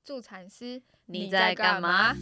助产师， 你在干嘛？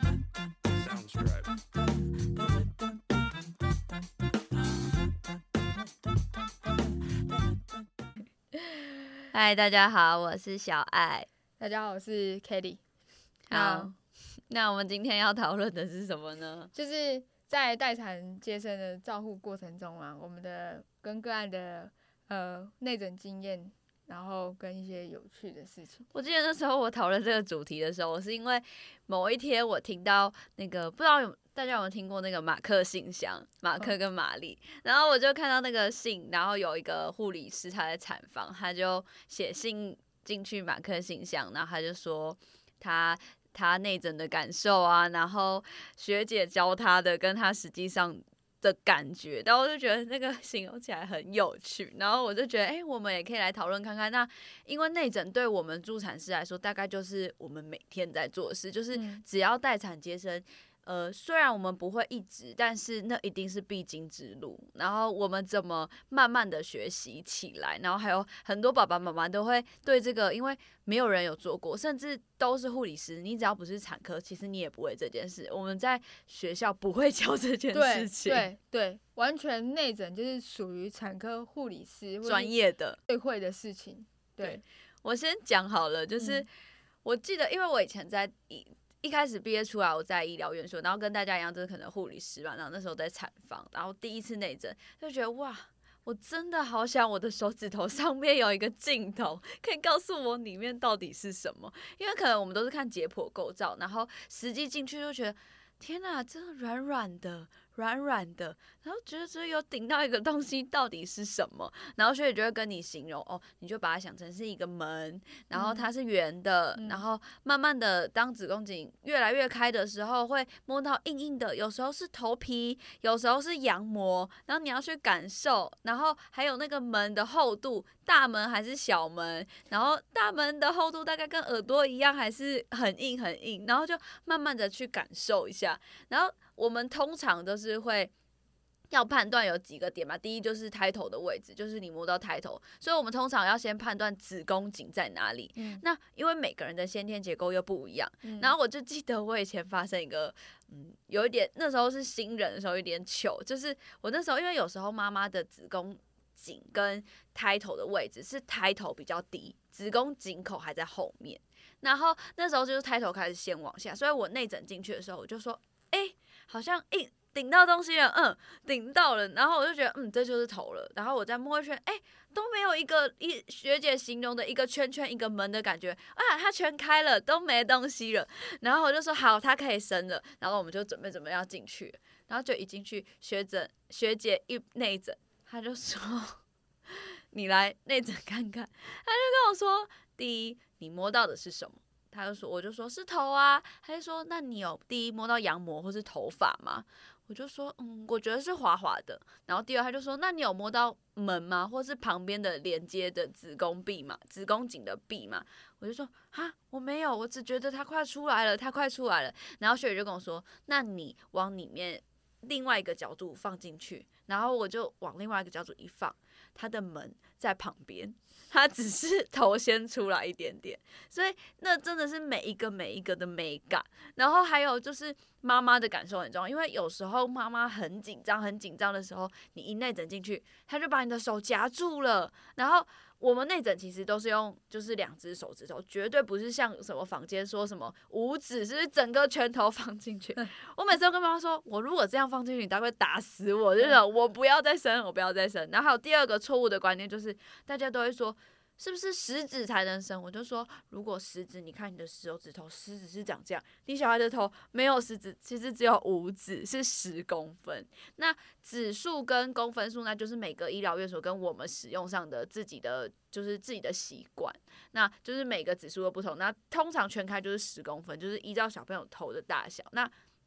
嗨，大家好，我是小爱。 大家好，我是 Kelly。 好，那我们今天要讨论的是什么呢？ 就是在待产接生的照护过程中啊，我们的跟个案的内诊经验，然后跟一些有趣的事情。 我记得那时候我讨论这个主题的时候，我是因为某一天我听到那个不知道大家有没有听过那个马克信箱，马克跟玛丽，然后我就看到那个信，然后有一个护理师他在产房，他就写信进去马克信箱，然后他就说他内诊的感受啊，然后学姐教他的跟他实际上的感觉，然后我就觉得那个形容起来很有趣，然后我就觉得我们也可以来讨论看看。那因为内诊对我们助产师来说，大概就是我们每天在做的事，就是只要待产接生。虽然我们不会一直，但是那一定是必经之路。然后我们怎么慢慢的学习起来，然后还有很多爸爸妈妈都会对这个，因为没有人有做过，甚至都是护理师，你只要不是产科，其实你也不会这件事。我们在学校不会教这件事情， 对，完全内诊就是属于产科护理师专业的最会的事情。对， 我先讲好了，就是我记得，因为我以前在一开始毕业出来，我在医疗院所，然后跟大家一样，就是可能护理师吧。然后那时候在产房，然后第一次内诊，就觉得哇，我真的好想我的手指头上面有一个镜头，可以告诉我里面到底是什么。因为可能我们都是看解剖构造，然后实际进去就觉得，天哪，真的软软的。软软的，然后觉得只有顶到一个东西到底是什么，然后学姐就会跟你形容你就把它想成是一个门，然后它是圆的，然后慢慢的当子宫颈越来越开的时候，会摸到硬硬的，有时候是头皮，有时候是羊膜，然后你要去感受，然后还有那个门的厚度，大门还是小门，然后大门的厚度大概跟耳朵一样，还是很硬很硬，然后就慢慢的去感受一下，然后我们通常都是会要判断有几个点嘛，第一就是胎头的位置，就是你摸到胎头，所以我们通常要先判断子宫颈在哪里。那因为每个人的先天结构又不一样，然后我就记得我以前发生一个，有一点那时候是新人的时候有点糗，就是我那时候因为有时候妈妈的子宫颈跟胎头的位置是胎头比较低，子宫颈口还在后面，然后那时候就是胎头开始先往下，所以我内诊进去的时候我就说，好像顶到东西了，顶到了，然后我就觉得这就是头了，然后我再摸一圈，都没有一学姐形容的一个圈圈一个门的感觉啊，它全开了，都没东西了，然后我就说好，它可以生了，然后我们就准备要进去，然后就一进去学姐一内诊，她就说你来内诊看看，她就跟我说，第一你摸到的是什么？我就说是头啊，他就说那你有第一摸到羊膜或是头发吗？我就说我觉得是滑滑的。然后第二他就说那你有摸到门吗？或是旁边的连接的子宫壁嘛，子宫颈的壁嘛？我就说我没有，我只觉得它快出来了，它快出来了。然后学姐就跟我说那你往里面另外一个角度放进去，然后我就往另外一个角度一放，它的门在旁边。它只是头先出来一点点，所以那真的是每一个的美感。然后还有就是妈妈的感受很重要，因为有时候妈妈很紧张的时候，你一内诊进去，她就把你的手夹住了。然后我们内诊其实都是用就是2只手指头，绝对不是像什么坊间说什么5指，是不是整个拳头放进去？我每次都跟妈妈说，我如果这样放进去，你大概会打死我，就是我不要再生，我不要再生。然后还有第二个错误的观念就是，大家都会说，是不是10指才能生？我就说，如果10指，你看你的手指头，10指是长这样，你小孩的头没有10指，其实只有5指，是10公分。那指数跟公分数，那就是每个医疗院所跟我们使用上的自己的习惯，那就是每个指数都不同。那通常全开就是10公分，就是依照小朋友头的大小。那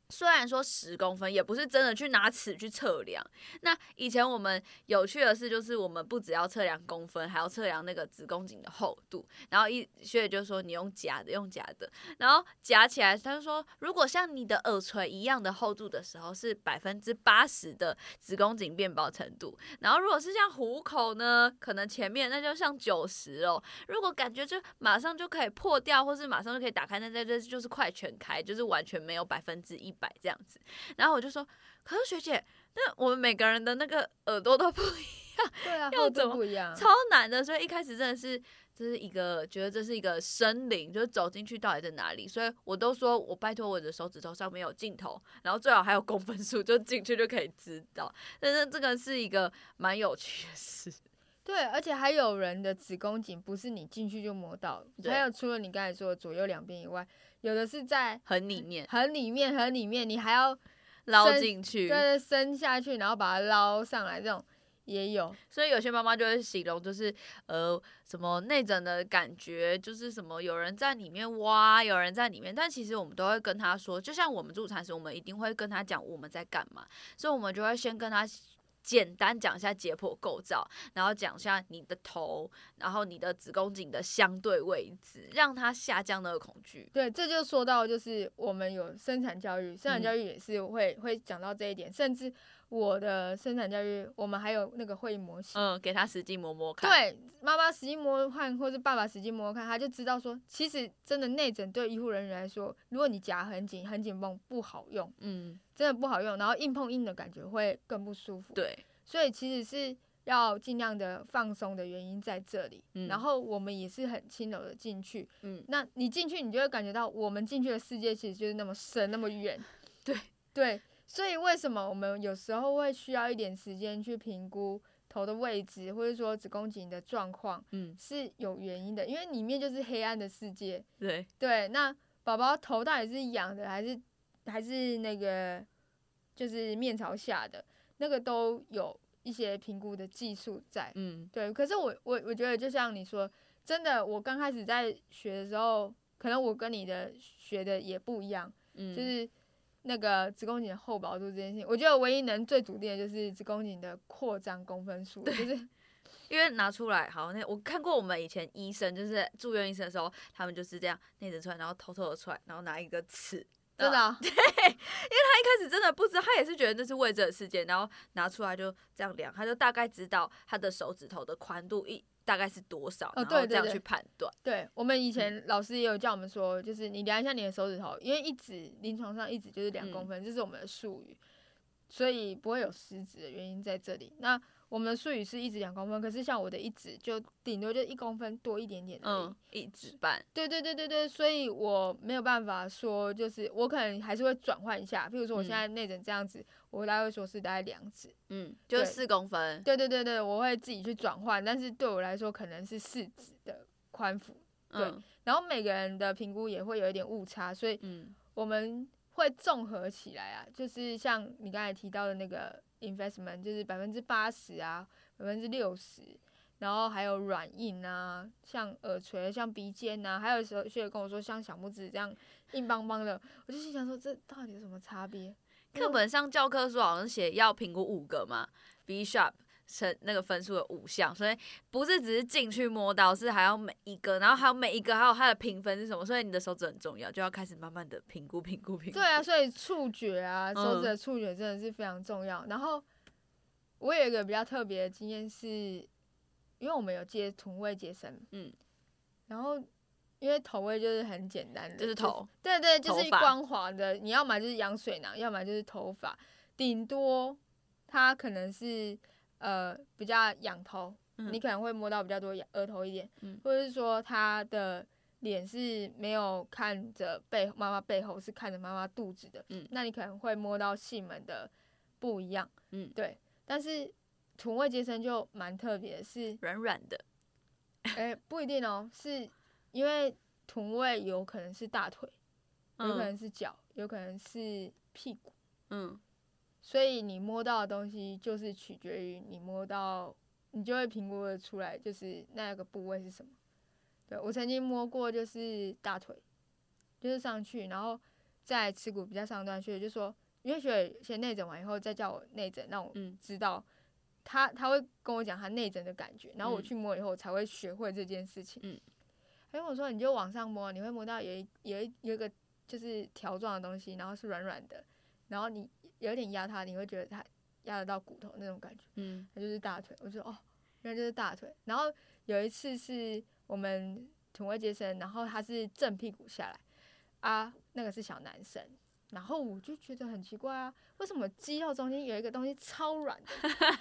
虽然说10公分，也不是真的去拿尺去测量。那以前我们有趣的是，就是我们不只要测量公分，还要测量那个子宫颈的厚度。然后学姐就说你用夹的，用夹的，然后夹起来，他就说如果像你的耳垂一样的厚度的时候，是80%的子宫颈变薄程度。然后如果是像虎口呢，可能前面那就像90哦。如果感觉就马上就可以破掉，或是马上就可以打开，那这就是快全开，就是完全没有100%这样子。然后我就说，可是学姐，那我们每个人的那个耳朵都不一样， 对啊， 要怎么不一样， 超难的。所以一开始真的是，这是一个觉得这是一个生灵，就是走进去到底在哪里。所以我都说我拜托我的手指头上面有镜头，然后最好还有公分数，就进去就可以知道。但是这个是一个蛮有趣的事。 对，而且还有人的子宫颈不是你进去就摸到，还有除了你刚才说的左右两边以外，有的是在很里面， 很里面，你还要捞进去， 对，伸下去，然后把它捞上来，这种也有。 所以有些妈妈就会形容，就是什么内诊的感觉，就是什么有人在里面挖，有人在里面，但其实我们都会跟她说，就像我们助产时，我们一定会跟她讲我们在干嘛，所以我们就会先跟她简单讲一下解剖构造，然后讲一下你的头，然后你的子宫颈的相对位置，让它下降那个恐惧。 对，这就说到就是我们有生产教育，生产教育也是会讲到这一点，甚至我的生产教育，我们还有那个会议模型， 给他实际摸摸看。 对，妈妈实际摸看，或是爸爸实际摸看，他就知道说，其实真的内诊对医护人员来说，如果你夹很紧绷不好用，真的不好用，然后硬碰硬的感觉会更不舒服。 对， 所以其实是要尽量的放松的原因在这里。然后我们也是很轻柔的进去。那你进去，你就会感觉到我们进去的世界其实就是那么深，那么远。对，所以为什么我们有时候会需要一点时间去评估头的位置，或者说子宫颈的状况，是有原因的，因为里面就是黑暗的世界。对，那宝宝头到底是仰的还是那个就是面朝下的，那个都有一些评估的技术在。对。可是我觉得就像你说，真的，我刚开始在学的时候，可能我跟你的学的也不一样，就是那个子宫颈的厚薄度这件事情，我觉得唯一能最笃定的就是子宫颈的扩张公分数，就是因为拿出来好，我看过我们以前医生就是住院医生的时候，他们就是这样内诊出来，然后偷偷的出来，然后拿一个尺。 真的、啊， 对，因为他一开始真的不知道，他也是觉得那是未知的世界，然后拿出来就这样量，他就大概知道他的手指头的宽度大概是多少，然后这样去判断。 对，我们以前老师也有叫我们说，就是你量一下你的手指头，因为临床上一指就是2公分，这是我们的术语，所以不会有失指的原因在这里。那我们的术语是1指2公分，可是像我的1指就顶多就1公分多一点点而已 ，1指半。 对，所以我没有办法说，就是我可能还是会转换一下，譬如说我现在内诊这样子，我大概会说是大概2指， 就是4公分。 对，我会自己去转换，但是对我来说可能是4指的宽幅，对。然后每个人的评估也会有一点误差，所以我们会综合起来啊，就是像你刚才提到的那个 investment， 就是80%啊，60%，然后还有软硬啊，像耳垂、像鼻尖啊，还有时候学姐跟我说像小拇指这样硬邦邦的，我就心想说这到底有什么差别？ 课本上教科书好像写要评估5个嘛 ，B sharp。那个分数有5项，所以不是只是进去摸到，是还要每一个，然后还有每一个还有它的评分是什么，所以你的手指很重要，就要开始慢慢的评估。对啊，所以触觉啊，手指的触觉真的是非常重要。然后我有一个比较特别的经验是，因为我们有接臀位接生，然后因为头位就是很简单的， 就是头， 对，就是光滑的，你要么就是羊水囊，要么就是头发，顶多它可能是比较仰头，你可能会摸到比较多额头一点，或者是说他的脸是没有看着妈妈背后，是看着妈妈肚子的，那你可能会摸到囟门的不一样，对。但是臀位接生就蛮特别的，是软软的， 不一定哦，是因为臀位有可能是大腿，有可能是脚，有可能是屁股，所以你摸到的东西就是取决于你摸到，你就会评估的出来，就是那个部位是什么。对，我曾经摸过，就是大腿，就是上去，然后在耻骨比较上段，学姐就说，因为学姐先内诊完以后再叫我内诊，让我知道他会跟我讲他内诊的感觉，然后我去摸以后才会学会这件事情。他跟我说，你就往上摸，你会摸到有一个就是条状的东西，然后是软软的，然后你有点压它，你会觉得它压得到骨头那种感觉。它就是大腿。我就说哦，原来就是大腿。然后有一次是我们臀位接生，然后他是正屁股下来啊，那个是小男生。然后我就觉得很奇怪啊，为什么肌肉中间有一个东西超软的，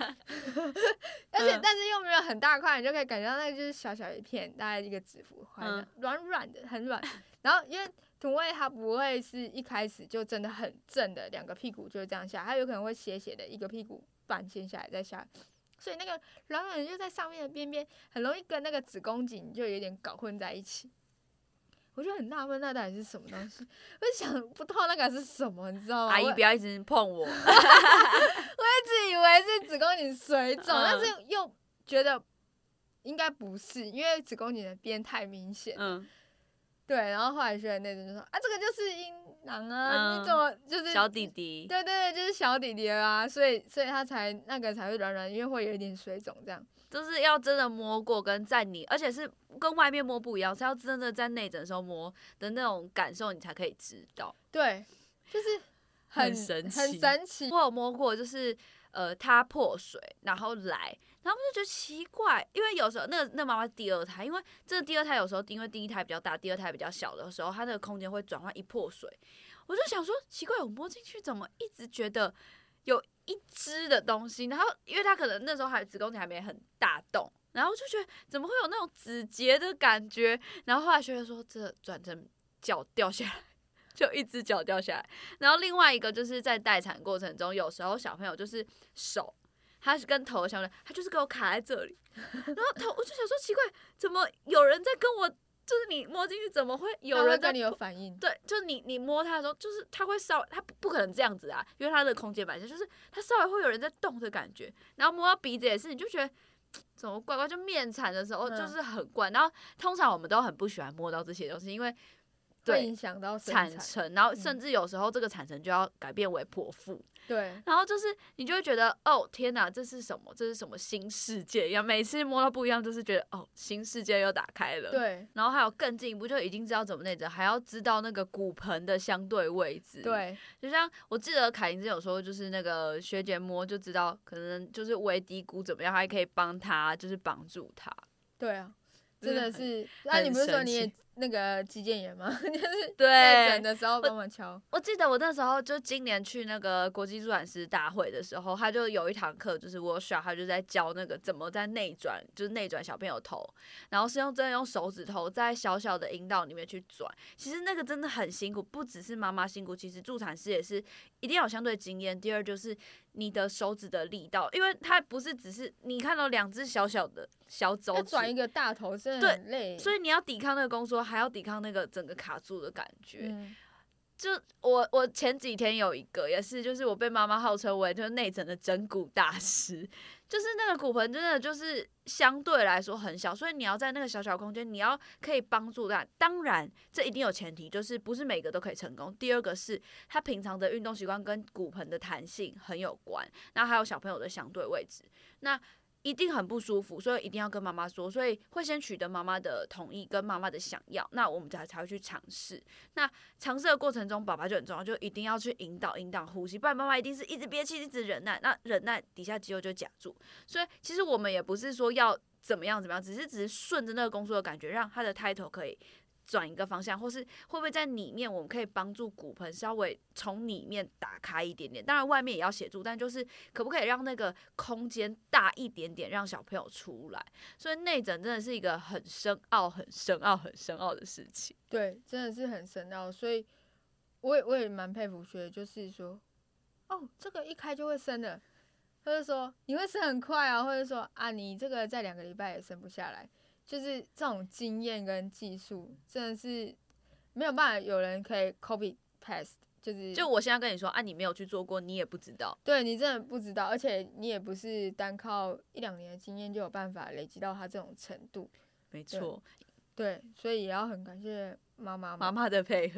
但是又没有很大块，你就可以感觉到那个就是小小一片，大概一个指腹宽的，软软的，很软。然后因为臀位它不会是一开始就真的很正的，两个屁股就这样下，它有可能会斜斜的，一个屁股半先下来再下来，所以那个软软的就在上面的边边，很容易跟那个子宫颈就有点搞混在一起。我就很纳闷，那到底是什么东西？我就想不透那个是什么，你知道吗？ 阿姨不要一直碰我。 我一直以为是子宫颈水肿，但是又觉得应该不是，因为子宫颈的边太明显。对，然后后来学姐那阵就说啊，这个就是阴囊啊，你怎么就是小弟弟？ 对对对，就是小弟弟啊，所以他才那个才会软软，因为会有一点水肿这样。 就是要真的摸过，跟在你，而且是跟外面摸不一样，是要真的在内诊的时候摸的那种感受，你才可以知道。 对，就是很神奇。 我有摸过，就是它破水，然后来，然后我就觉得奇怪，因为有时候那妈妈是第二胎，因为这第二胎有时候因为第一胎比较大，第二胎比较小的时候，它那个空间会转换一破水，我就想说奇怪，我摸进去怎么一直觉得有一只的东西，然后因为它可能那时候子宫颈还没很大洞，然后就觉得怎么会有那种指节的感觉，然后后来学姐说这转成脚掉下来，就一只脚掉下来，然后另外一个就是在待产过程中，有时候小朋友就是手，他是跟头的相对，他就是给我卡在这里，然后头我就想说奇怪，怎么有人在跟我？就是你摸进去怎么会有人跟你有反应？ 对，就是你摸它的时候，就是它会稍微，它不可能这样子啊，因为它的空间本身就是它稍微会有人在动的感觉。然后摸到鼻子也是，你就觉得怎么怪怪，就面产的时候就是很怪。然后通常我们都很不喜欢摸到这些东西，因为会影响到产程，然后甚至有时候这个产程就要改变为剖腹。 对， 然后就是你就会觉得哦天哪，这是什么？这是什么新世界一样？每次摸到不一样，就是觉得哦新世界又打开了。 对， 然后还有更进一步，就已经知道怎么内诊，还要知道那个骨盆的相对位置。 对， 就像我记得凯琳之前有说，就是那个学姐摸就知道，可能就是微低骨怎么样，还可以帮他就是绑住他。 对啊，真的是。那你不是说你也那个肌腱炎吗？就是内诊的时候帮忙敲。 我记得我那时候就今年去那个国际助产师大会的时候，他就有一堂课就是 workshop， 他就在教那个怎么在内转，就是内转小朋友头，然后是真的用手指头在小小的阴道里面去转。其实那个真的很辛苦，不只是妈妈辛苦，其实助产师也是一定要有相对经验。第二就是你的手指的力道，因为它不是只是你看到两只小小的小手指， 转一个大头真的很累， 所以你要抵抗那个宫缩，还要抵抗那个整个卡住的感觉。就我前几天有一个也是，就是我被妈妈号称为就是内诊的整骨大师，就是那个骨盆真的就是相对来说很小，所以你要在那个小小空间，你要可以帮助到。当然这一定有前提，就是不是每个都可以成功。第二个是他平常的运动习惯跟骨盆的弹性很有关，然后还有小朋友的相对位置，那一定很不舒服，所以一定要跟妈妈说，所以会先取得妈妈的同意跟妈妈的想要，那我们才会去尝试。那尝试的过程中，爸爸就很重要，就一定要去引导呼吸，不然妈妈一定是一直憋气，一直忍耐，那忍耐底下肌肉就夹住。所以其实我们也不是说要怎么样，只是顺着那个宫缩的感觉，让他的胎头可以转一个方向，或是会不会在里面我们可以帮助骨盆稍微从里面打开一点点，当然外面也要协助，但就是可不可以让那个空间大一点点，让小朋友出来。所以内诊真的是一个很深奥的事情。 对，真的是很深奥，所以我也蛮佩服学，就是说哦这个一开就会生了，或者说你会生很快啊，或者说啊你这个在2个礼拜也生不下来。就是这种经验跟技术，真的是没有办法有人可以 copy paste。 就我现在跟你说啊，你没有去做过，你也不知道。 对，你真的不知道，而且你也不是单靠1-2年的经验就有办法累积到他这种程度。 没错。 对，所以也要很感谢妈妈的配合。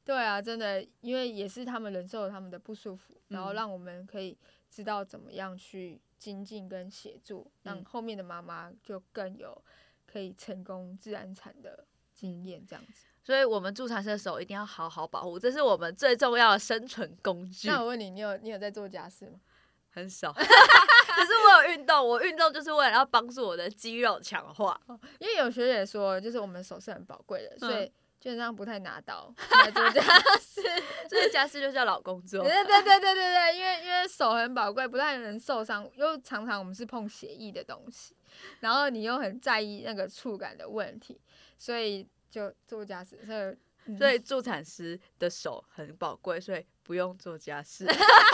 对啊，真的，因为也是他们忍受了他们的不舒服，然后让我们可以知道怎么样去精进跟协助，让后面的妈妈就更有可以成功自然产的经验，这样子。 所以我们助产士的手一定要好好保护，这是我们最重要的生存工具。 那我问你，你有在做家事吗？ 很少，可是我有运动，我运动就是为了要帮助我的肌肉强化。 因为有学姐说，就是我们手是很宝贵的，所以基本上不太拿刀来做家事， 所以家事就叫老公做。 对，因为手很宝贵，不太能受伤，又常常我们是碰血液的东西，然后你又很在意那个触感的问题，所以就做家事。 所以助产师的手很宝贵，所以不用做家事。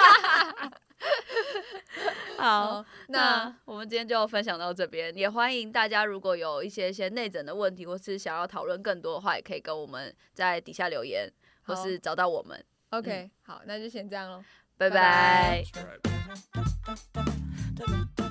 好，那我们今天就分享到这边，也欢迎大家如果有一些内诊的问题，或是想要讨论更多的话，也可以跟我们在底下留言，或是找到我们。 OK，好，那就先这样咯， 拜拜。